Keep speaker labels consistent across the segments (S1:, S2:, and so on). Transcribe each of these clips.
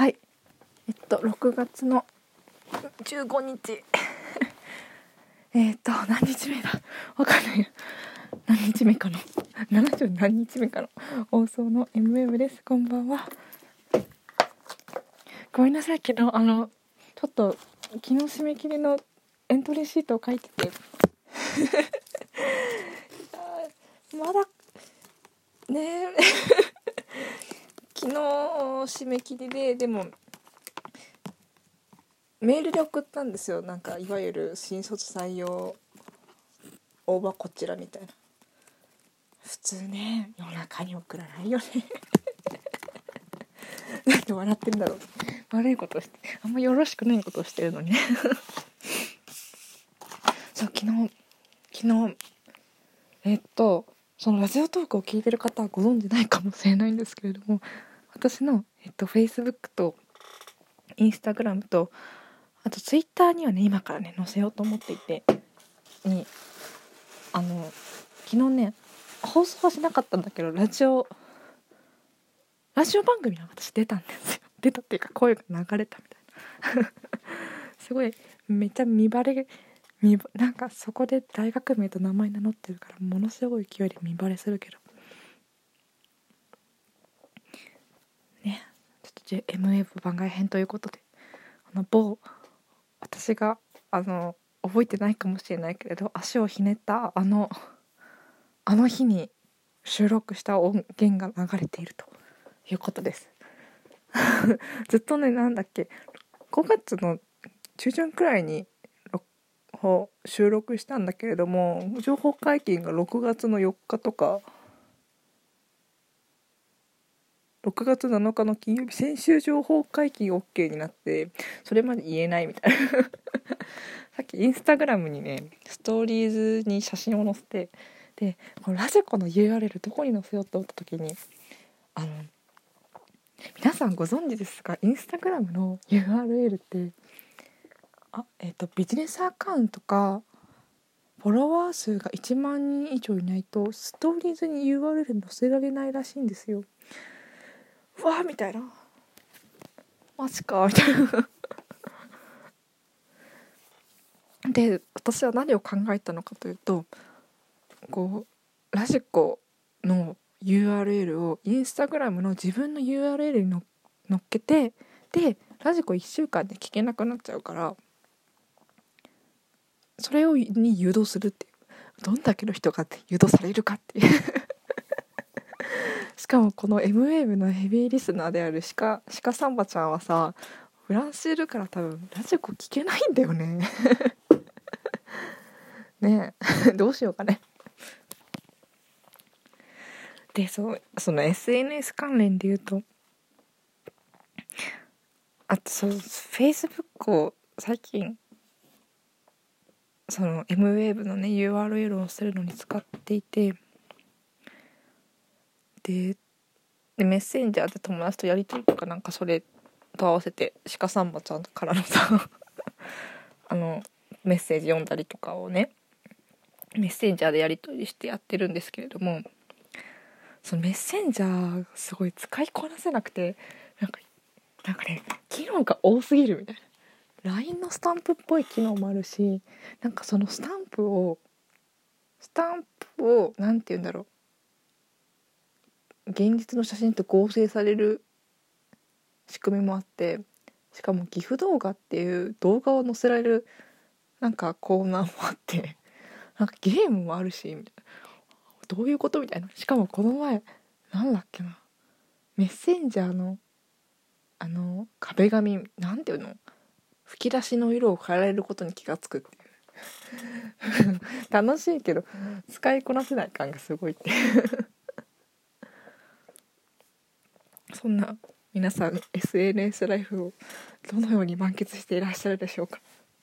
S1: はい、6月の15日何日目だわかんないよ。何日目かの70何日目かの放送の MM です。こんばんは。ごめんなさいけどちょっと昨日締め切りのエントリーシートを書いててまだね昨日締め切りでもメールで送ったんですよ。なんかいわゆる新卒採用大葉こちらみたいな。普通ね夜中に送らないよねなんで笑ってるんだろう。悪いことをしてあんまよろしくないことをしてるのにそう昨日そのラジオトークを聞いてる方はご存じないかもしれないんですけれども、私のFacebook と Instagram とあと Twitter にはね今からね載せようと思っていてに昨日ね放送はしなかったんだけどラジオ番組に私出たんですよ。出たっていうか声が流れたみたいなすごいめっちゃなんかそこで大学名と名前名乗ってるからものすごい勢いで見バレするけどね、ちょっと MA 番外編ということで私が覚えてないかもしれないけれど足をひねったあの日に収録した音源が流れているということですずっとねなんだっけ5月の中旬くらいに収録したんだけれども情報解禁が6月の4日とか6月7日の金曜日先週情報解禁 OK になってそれまで言えないみたいなさっきインスタグラムにねストーリーズに写真を載せてでこのラジコの URL どこに載せようと思った時に皆さんご存知ですか？インスタグラムの URL ってビジネスアカウントかフォロワー数が1万人以上いないとストーリーズに URL 載せられないらしいんですよ。うわーみたいなマジかみたいなで私は何を考えたのかというとこうラジコの URL をインスタグラムの自分の URL に乗っけてでラジコ1週間で聞けなくなっちゃうからそれに誘導するっていうどんだけの人が誘導されるかっていうしかもこの MWAVE のヘビーリスナーである鹿サンバちゃんはさフランスいるから多分ラジコ聞けないんだよねねえどうしようかね。でその SNS 関連で言うとあとFacebook を最近その MWAVE のね URL を載せるのに使っていてでメッセンジャーで友達とやり取りとかなんかそれと合わせて鹿さんまちゃんからのさメッセージ読んだりとかをねメッセンジャーでやり取りしてやってるんですけれどもそのメッセンジャーすごい使いこなせなくてなんかね機能が多すぎるみたいな LINE のスタンプっぽい機能もあるしなんかそのスタンプをなんて言うんだろう現実の写真と合成される仕組みもあってしかも GIF 動画っていう動画を載せられるなんかコーナーもあってなんかゲームもあるしみたいなどういうことみたいな。しかもこの前なんだっけなメッセンジャーの壁紙なんていうの吹き出しの色を変えられることに気がつくっていう楽しいけど使いこなせない感がすごいってそんな皆さん SNS ライフをどのように満喫していらっしゃるでしょうか。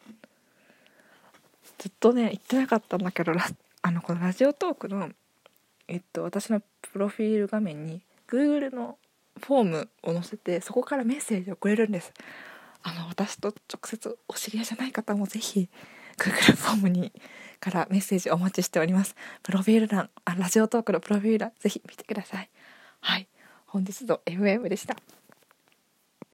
S1: ずっとね言ってなかったんだけどこのラジオトークの私のプロフィール画面に Google のフォームを載せてそこからメッセージをくれるんです。私と直接お知り合いじゃない方もぜひ Google フォームからメッセージお待ちしております。プロフィール欄ラジオトークのプロフィール欄ぜひ見てください。はい、本日の MM でした。